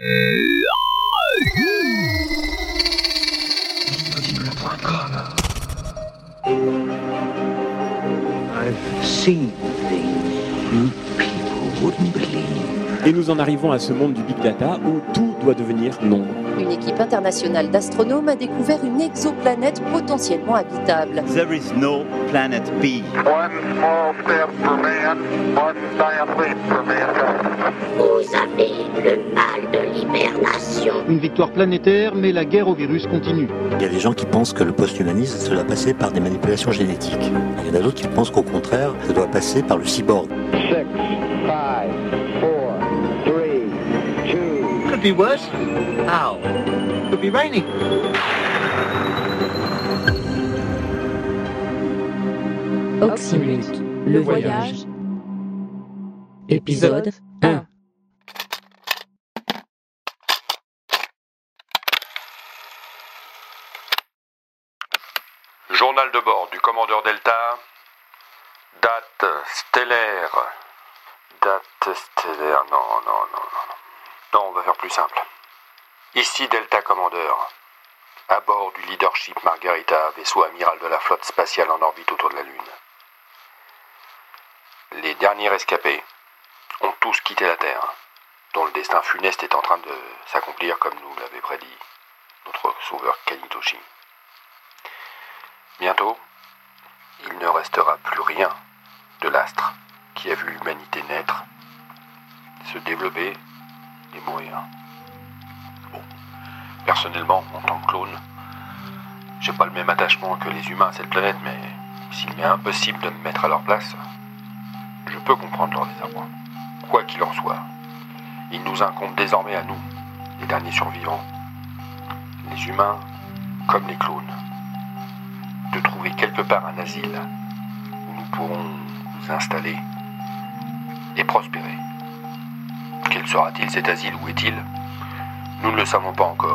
I've seen things you people wouldn't believe. Et nous en arrivons à ce monde du big data où tout doit devenir nombre. Une équipe internationale d'astronomes a découvert une exoplanète potentiellement habitable. There is no planet B. One small step for man, one giant leap for mankind. Vous avez le mal de l'hibernation. Une victoire planétaire, mais la guerre au virus continue. Il y a des gens qui pensent que le post-humanisme, ça doit passer par des manipulations génétiques. Il y en a d'autres qui pensent qu'au contraire, ça doit passer par le cyborg. 6, 5, 4, 3, 2. Could be worse. How? Could be raining. Oxymute, le voyage. Épisode 1. Journal de bord du commandeur Delta. Date stellaire. Non, on va faire plus simple. Ici Delta Commandeur. À bord du Leadership Margarita, vaisseau amiral de la flotte spatiale en orbite autour de la Lune. Les derniers rescapés ont tous quitté la Terre, dont le destin funeste est en train de s'accomplir comme nous l'avait prédit notre sauveur Kanitoshi. Bientôt, il ne restera plus rien de l'astre qui a vu l'humanité naître, se développer et mourir. Bon, personnellement, en tant que clone, j'ai pas le même attachement que les humains à cette planète, mais s'il m'est impossible de me mettre à leur place, je peux comprendre leur désarroi. Quoi qu'il en soit, il nous incombe désormais à nous, les derniers survivants, les humains comme les clones, de trouver quelque part un asile où nous pourrons nous installer et prospérer. Quel sera-t-il cet asile? Où est-il? Nous ne le savons pas encore.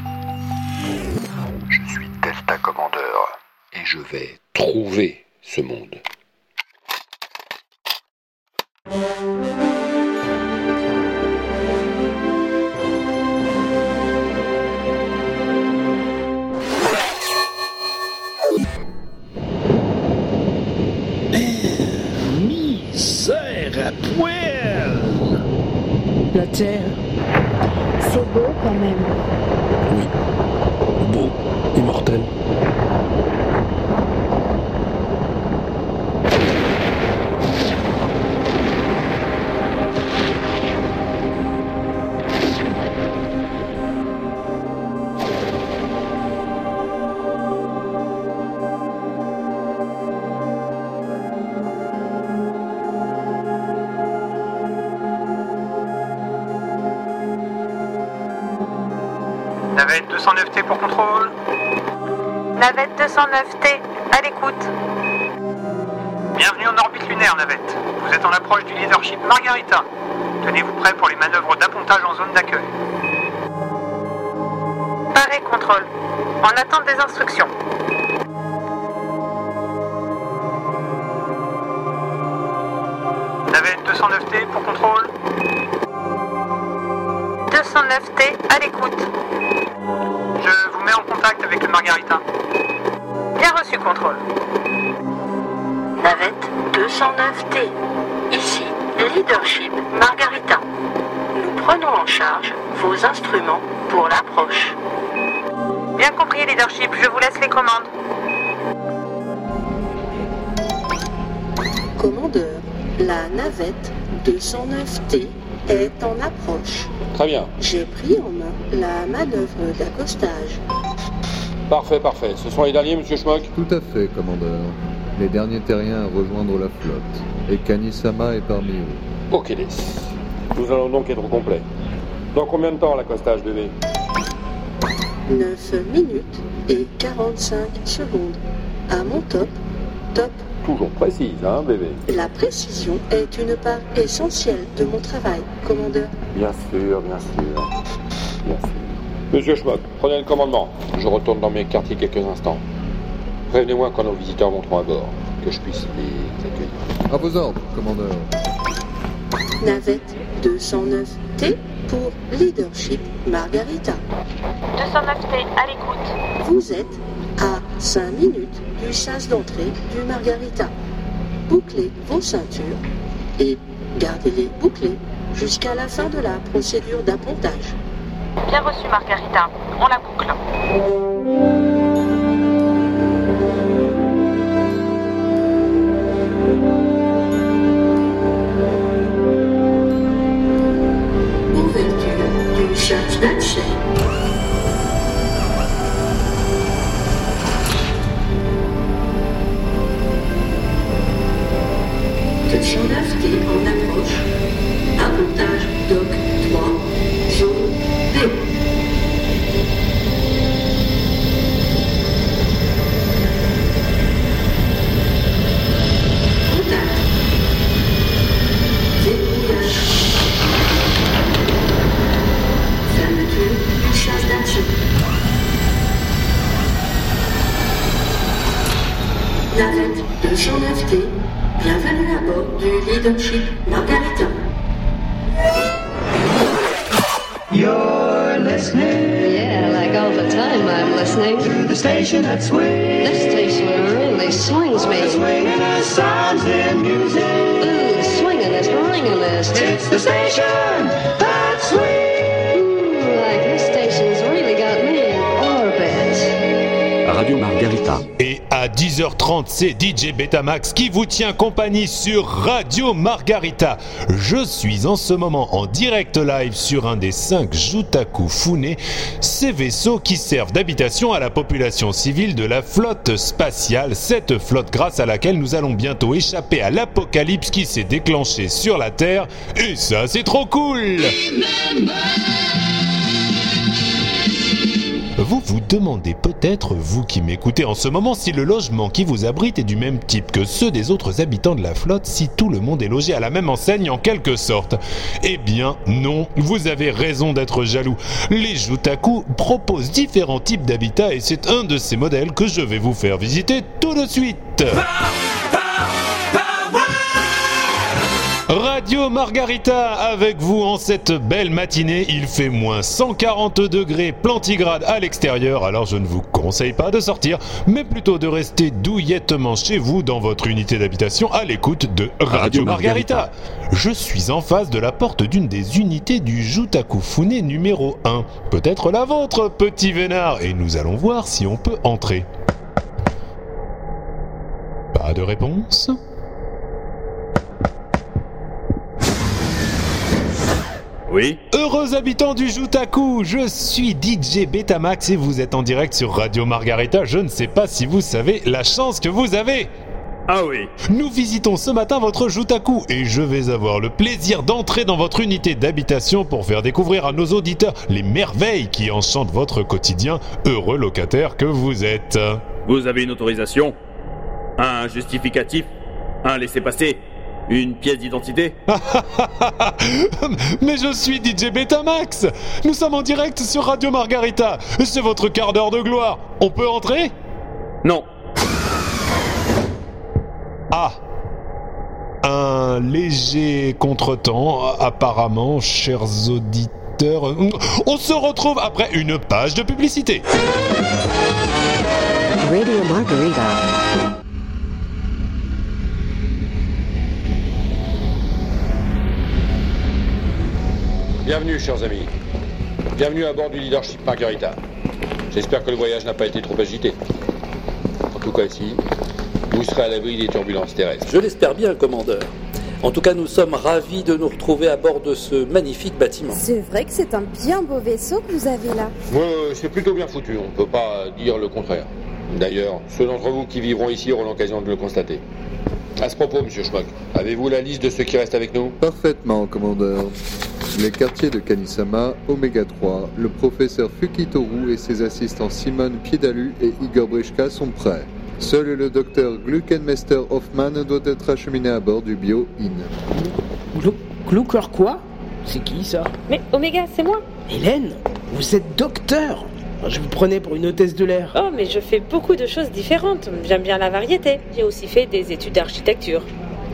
Je suis Delta Commandeur et je vais trouver ce monde. Misère à poil. La Terre. C'est beau quand même. Oui. Beau. Immortel. Navette 209T pour contrôle. Navette 209T, à l'écoute. Bienvenue en orbite lunaire, Navette. Vous êtes en approche du Leadership Margarita. Tenez-vous prêt pour les manœuvres d'appontage en zone d'accueil. Paré, contrôle. En attente des instructions. Navette 209T pour contrôle. 209T, à l'écoute. Je vous mets en contact avec le Margarita. Bien reçu, contrôle. Navette 209T. Ici, Leadership Margarita. Nous prenons en charge vos instruments pour l'approche. Bien compris, Leadership. Je vous laisse les commandes. Commandeur, la navette 209T est en approche. Très bien. J'ai pris en main la manœuvre d'accostage. Parfait. Ce sont les derniers, monsieur Schmock? Tout à fait, commandeur. Les derniers terriens à rejoindre la flotte. Et Kani-sama est parmi eux. Ok, nous allons donc être au complet. Dans combien de temps l'accostage, bébé? 9 minutes et 45 secondes. À mon top. Toujours précise, hein, bébé? La précision est une part essentielle de mon travail, commandeur. Bien sûr. Monsieur Schmock, prenez le commandement. Je retourne dans mes quartiers quelques instants. Prévenez-moi quand nos visiteurs monteront à bord, que je puisse les accueillir. À vos ordres, commandeur. Navette 209T, pour Leadership Margarita. 209T, à l'écoute. Vous êtes à 5 minutes du sas d'entrée du Margarita. Bouclez vos ceintures et gardez-les bouclées jusqu'à la fin de la procédure d'appontage. Bien reçu, Margarita. On la boucle. Ouverture du sas d'accès. Section 9T en approche. Appontage doc 3, zone B. Contact. Verrouillage. Fermeture du sas d'action. Navette 209T. Bienvenue à bord du Leadership Margarita. You're listening. Yeah, like all the time I'm listening. To the station that swings. This station really swings me. Swinging us sounds and music. Ooh, swinging is ringing-ist. It's the station that swings. Ooh, like this station's really got me in orbit. Radio Margarita. Et à 10h30, c'est DJ Betamax qui vous tient compagnie sur Radio Margarita. Je suis en ce moment en direct live sur un des 5 Jutaku Fune, ces vaisseaux qui servent d'habitation à la population civile de la flotte spatiale, cette flotte grâce à laquelle nous allons bientôt échapper à l'apocalypse qui s'est déclenchée sur la Terre. Et ça, c'est trop cool! Vous vous demandez peut-être, vous qui m'écoutez en ce moment, si le logement qui vous abrite est du même type que ceux des autres habitants de la flotte, si tout le monde est logé à la même enseigne en quelque sorte. Eh bien non, vous avez raison d'être jaloux. Les Jutaku proposent différents types d'habitats et c'est un de ces modèles que je vais vous faire visiter tout de suite. Radio Margarita avec vous en cette belle matinée. Il fait moins 140 degrés plantigrade à l'extérieur, alors je ne vous conseille pas de sortir, mais plutôt de rester douillettement chez vous dans votre unité d'habitation à l'écoute de Radio Margarita. Je suis en face de la porte d'une des unités du Jutaku Fune numéro 1. Peut-être la vôtre, petit vénard, et nous allons voir si on peut entrer. Pas de réponse ? Oui. Heureux habitants du Jutaku, je suis DJ Betamax et vous êtes en direct sur Radio Margarita. Je ne sais pas si vous savez la chance que vous avez. Ah oui. Nous visitons ce matin votre Jutaku et je vais avoir le plaisir d'entrer dans votre unité d'habitation pour faire découvrir à nos auditeurs les merveilles qui enchantent votre quotidien, heureux locataire que vous êtes. Vous avez une autorisation ? Un justificatif ? Un laissez-passer ? Une pièce d'identité ? Mais je suis DJ Betamax. Nous sommes en direct sur Radio Margarita. C'est votre quart d'heure de gloire. On peut entrer ? Non. Ah. Un léger contretemps, apparemment, chers auditeurs. On se retrouve après une page de publicité. Radio Margarita. Bienvenue, chers amis. Bienvenue à bord du Leadership Margarita. J'espère que le voyage n'a pas été trop agité. En tout cas ici, vous serez à l'abri des turbulences terrestres. Je l'espère bien, commandeur. En tout cas, nous sommes ravis de nous retrouver à bord de ce magnifique bâtiment. C'est vrai que c'est un bien beau vaisseau que vous avez là. C'est plutôt bien foutu, on ne peut pas dire le contraire. D'ailleurs, ceux d'entre vous qui vivront ici auront l'occasion de le constater. À ce propos, monsieur Schmock, avez-vous la liste de ceux qui restent avec nous ? Parfaitement, commandeur. Les quartiers de Kanisama, Oméga 3, le professeur Fukitoru et ses assistants Simon Piedalu et Igor Brichka sont prêts. Seul le docteur Gluckenmeister Hoffman doit être acheminé à bord du Bio-In. Glucker quoi ? C'est qui ça ? Mais Oméga, c'est moi. Hélène, vous êtes docteur ? Je vous prenais pour une hôtesse de l'air. Oh, mais je fais beaucoup de choses différentes. J'aime bien la variété. J'ai aussi fait des études d'architecture.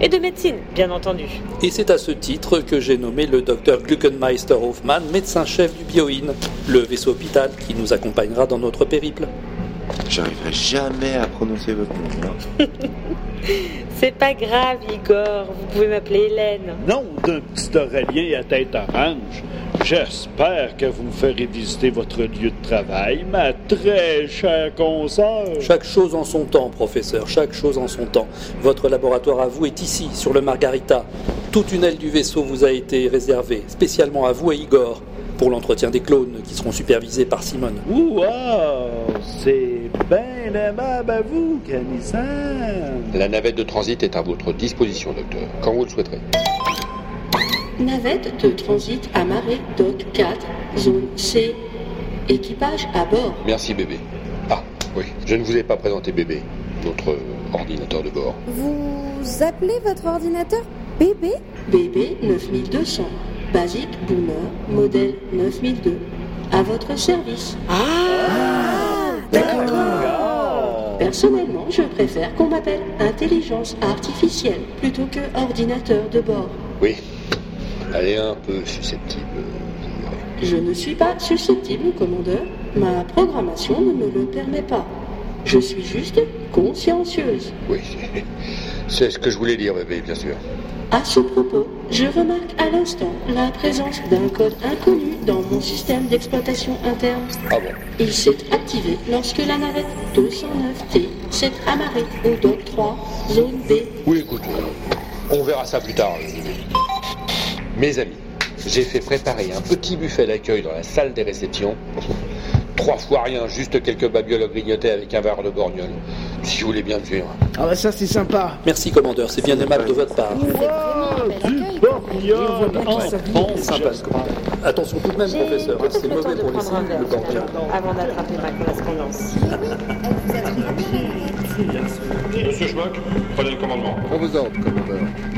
Et de médecine, bien entendu. Et c'est à ce titre que j'ai nommé le docteur Gluckenmeister Hoffmann, médecin-chef du Bioin, le vaisseau hôpital qui nous accompagnera dans notre périple. J'arriverai jamais à prononcer votre nom. C'est pas grave, Igor, vous pouvez m'appeler Hélène. Nom d'un petit Aurélien à tête orange. J'espère que vous me ferez visiter votre lieu de travail, ma très chère consoeur. Chaque chose en son temps, professeur, chaque chose en son temps. Votre laboratoire à vous est ici, sur le Margarita. Toute une aile du vaisseau vous a été réservée, spécialement à vous et Igor, pour l'entretien des clones qui seront supervisés par Simone. Wow, c'est bien aimable à vous, Kanisan. La navette de transit est à votre disposition, docteur, quand vous le souhaiterez. Navette de transit amarrée, dock 4, zone C. Équipage à bord. Merci, bébé. Ah, oui, je ne vous ai pas présenté bébé, notre ordinateur de bord. Vous appelez votre ordinateur bébé ? BB 9200. Basic Boomer, modèle 9002. À votre service. D'accord. Personnellement, je préfère qu'on m'appelle intelligence artificielle plutôt que ordinateur de bord. Oui, elle est un peu susceptible, vous verrez. Je ne suis pas susceptible, commandeur. Ma programmation ne me le permet pas. Je suis juste consciencieuse. Oui, c'est ce que je voulais dire, bébé, bien sûr. À ce propos, je remarque à l'instant la présence d'un code inconnu dans mon système d'exploitation interne. Ah bon ? Il s'est activé lorsque la navette 209T s'est amarrée au dock 3, zone B. Oui, écoute, on verra ça plus tard. Mes amis, j'ai fait préparer un petit buffet d'accueil dans la salle des réceptions. 3 fois rien, juste quelques babioles grignoter avec un verre de borgnole. Si vous voulez bien me suivre. Ah bah ça c'est sympa. Merci commandeur, c'est bien aimable de votre part. Sympa. Attention tout de même professeur, c'est mauvais pour les cellules de borgnole. Avant d'attraper ma correspondance. Monsieur Schmuck, prenez le commandement. On vous ordre, commandeur.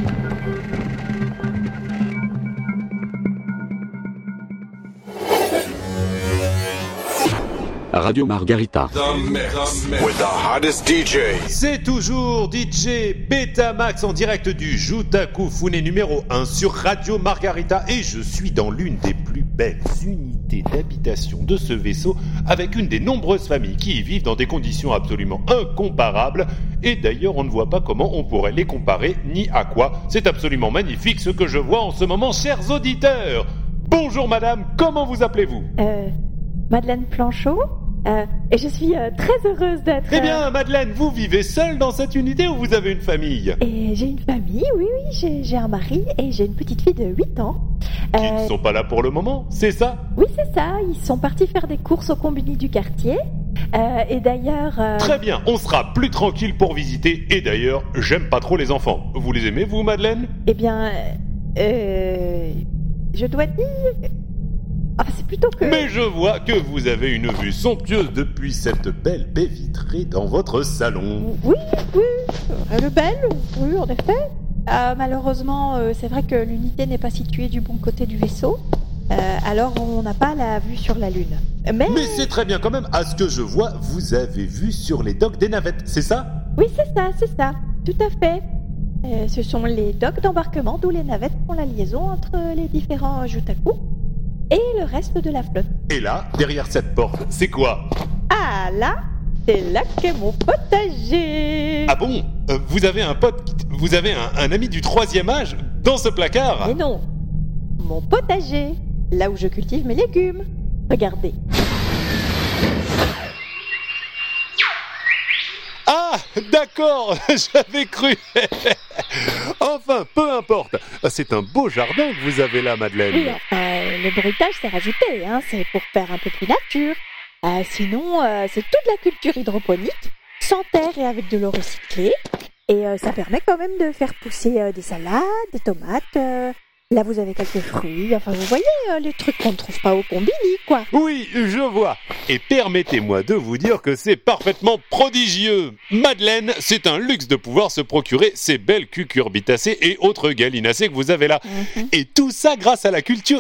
Radio Margarita. With the hottest DJ. C'est toujours DJ Betamax en direct du Jutaku Fune numéro 1 sur Radio Margarita et je suis dans l'une des plus belles unités d'habitation de ce vaisseau avec une des nombreuses familles qui y vivent dans des conditions absolument incomparables et d'ailleurs on ne voit pas comment on pourrait les comparer ni à quoi. C'est absolument magnifique ce que je vois en ce moment, chers auditeurs. Bonjour madame, comment vous appelez-vous ? Madeleine Planchot. Et je suis très heureuse d'être... Eh bien, Madeleine, vous vivez seule dans cette unité ou vous avez une famille ? Et j'ai une famille, oui, j'ai un mari et j'ai une petite fille de 8 ans. Qui ne sont pas là pour le moment, c'est ça ? Oui, c'est ça. Ils sont partis faire des courses au combini du quartier. Et d'ailleurs... Très bien, on sera plus tranquille pour visiter. Et d'ailleurs, j'aime pas trop les enfants. Vous les aimez, vous, Madeleine ? Eh bien... je dois dire... Ah, c'est plutôt que... Mais je vois que vous avez une vue somptueuse depuis cette belle baie vitrée dans votre salon. Oui, elle est belle, oui, en effet. Malheureusement, c'est vrai que l'unité n'est pas située du bon côté du vaisseau. Alors, on n'a pas la vue sur la Lune. Mais c'est très bien quand même. À ce que je vois, vous avez vue sur les docks des navettes, c'est ça ? Oui, c'est ça. Tout à fait. Ce sont les docks d'embarquement d'où les navettes font la liaison entre les différents Jutaku et le reste de la flotte. Et là, derrière cette porte, c'est quoi ? Ah là, c'est là qu'est mon potager. Ah bon ? Vous avez un ami du 3e âge dans ce placard ? Mais non, mon potager, là où je cultive mes légumes. Regardez. Ah, d'accord, j'avais cru. Enfin, peu importe. C'est un beau jardin que vous avez là, Madeleine. Oui, le bruitage s'est rajouté, c'est pour faire un peu plus nature. Sinon, c'est toute la culture hydroponique, sans terre et avec de l'eau recyclée. Et ça permet quand même de faire pousser des salades, des tomates. Là, vous avez quelques fruits. Enfin, vous voyez, les trucs qu'on ne trouve pas au combini, quoi. Oui, je vois. Et permettez-moi de vous dire que c'est parfaitement prodigieux. Madeleine, c'est un luxe de pouvoir se procurer ces belles cucurbitacées et autres gallinacées que vous avez là. Et tout ça grâce à la culture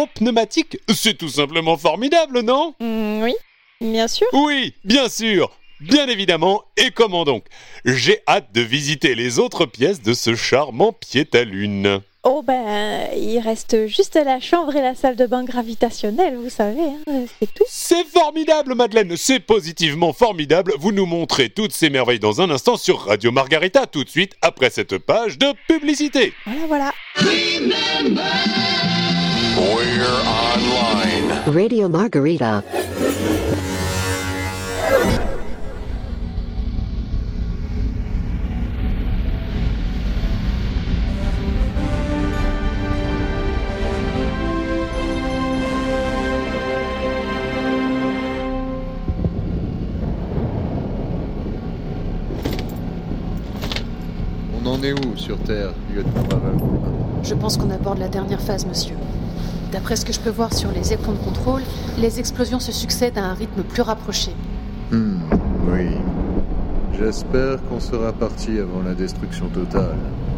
hydropneumatique. C'est tout simplement formidable, non ? Oui, bien sûr. Oui, bien sûr. Bien évidemment, et comment donc? J'ai hâte de visiter les autres pièces de ce charmant pied-à-lune. Oh il reste juste la chambre et la salle de bain gravitationnelle, vous savez, hein, c'est tout. C'est formidable, Madeleine, c'est positivement formidable. Vous nous montrez toutes ces merveilles dans un instant sur Radio Margarita, tout de suite après cette page de publicité. Voilà. Remember, we're online. Radio Margarita. On en est où sur Terre, lieutenant Varavoum? Je pense qu'on aborde la dernière phase, monsieur. D'après ce que je peux voir sur les écrans de contrôle, les explosions se succèdent à un rythme plus rapproché. Oui. J'espère qu'on sera parti avant la destruction totale.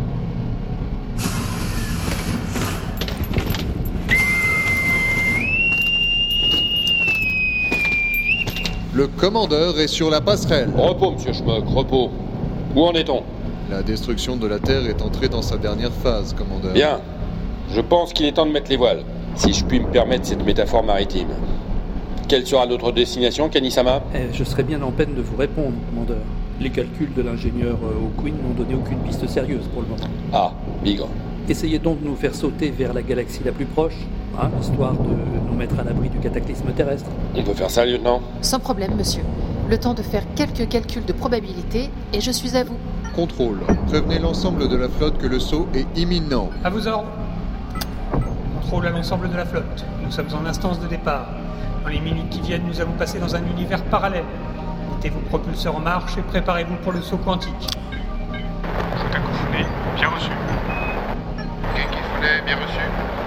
Le commandeur est sur la passerelle. Repos, monsieur Schmock, repos. Où en est-on? La destruction de la Terre est entrée dans sa dernière phase, commandeur. Bien. Je pense qu'il est temps de mettre les voiles, si je puis me permettre cette métaphore maritime. Quelle sera notre destination, Kani-sama? Je serais bien en peine de vous répondre, commandeur. Les calculs de l'ingénieur O'Quinn n'ont donné aucune piste sérieuse pour le moment. Ah, bigre. Essayez donc de nous faire sauter vers la galaxie la plus proche, histoire de nous mettre à l'abri du cataclysme terrestre. On peut faire ça, lieutenant? Sans problème, monsieur. Le temps de faire quelques calculs de probabilité, et je suis à vous. Contrôle. Prévenez l'ensemble de la flotte que le saut est imminent. À vos ordres. Contrôle à l'ensemble de la flotte. Nous sommes en instance de départ. Dans les minutes qui viennent, nous allons passer dans un univers parallèle. Mettez vos propulseurs en marche et préparez-vous pour le saut quantique. Cacophonée, bien reçu. Cacophonée, bien reçu.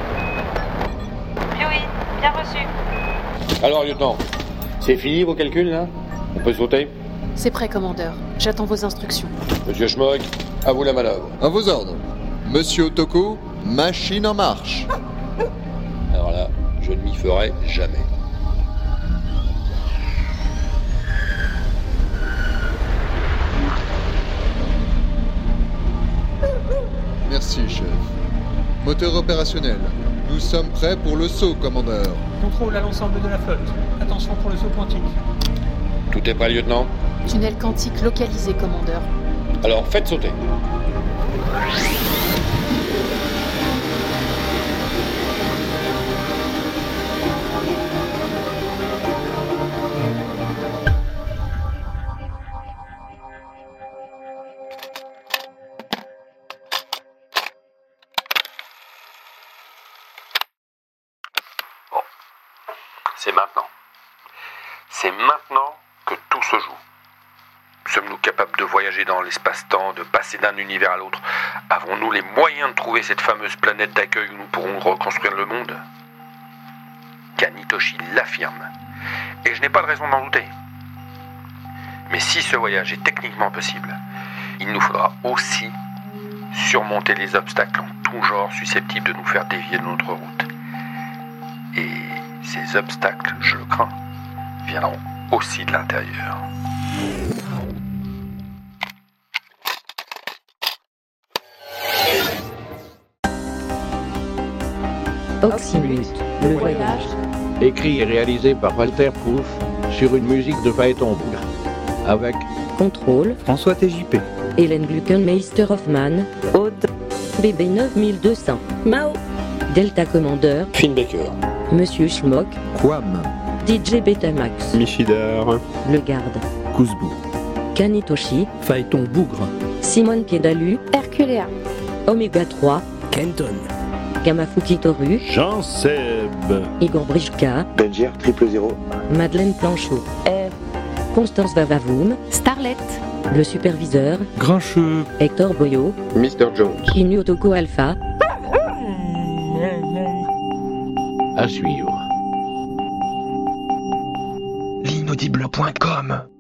Oui, bien reçu. Alors, lieutenant, c'est fini vos calculs, là? On peut sauter? C'est prêt, commandeur. J'attends vos instructions. Monsieur Schmock, à vous la manœuvre. À vos ordres. Monsieur Otoko, machine en marche. Alors là, je ne m'y ferai jamais. Merci, chef. Moteur opérationnel. Nous sommes prêts pour le saut, commandeur. Contrôle à l'ensemble de la flotte. Attention pour le saut quantique. Tout est prêt, lieutenant? Tunnel quantique localisé, commandeur. Alors, faites sauter. Bon, c'est maintenant. C'est maintenant que tout se joue. Sommes-nous capables de voyager dans l'espace-temps, de passer d'un univers à l'autre? Avons-nous les moyens de trouver cette fameuse planète d'accueil où nous pourrons reconstruire le monde? Kanitoshi l'affirme, et je n'ai pas de raison d'en douter. Mais si ce voyage est techniquement possible, il nous faudra aussi surmonter les obstacles en tout genre susceptibles de nous faire dévier de notre route. Et ces obstacles, je le crains, viendront aussi de l'intérieur. Oxymute, le voyage. Écrit et réalisé par Walter Proof sur une musique de Phaéton Bougre. Avec Contrôle, François TJP, Hélène Gluckenmeister Hoffman, Aude, BB 9200, Mao, Delta Commander, Finn Baker, Monsieur Schmock, Quam, DJ Betamax, Michidar, Le Garde, Kuzbu, Kanitoshi, Phaéton Bougre, Simone Piedalu, Herculea, Oméga 3, Kenton, Kamafuki Toru, Jean-Seb, Igor Brichka, Belgier 000, Madeleine Planchot, Constance Vavavoum, Starlet, le superviseur, Grincheux, Hector Boyo, Mr. Jones. Inu Otoko Alpha. À suivre. L'inaudible.com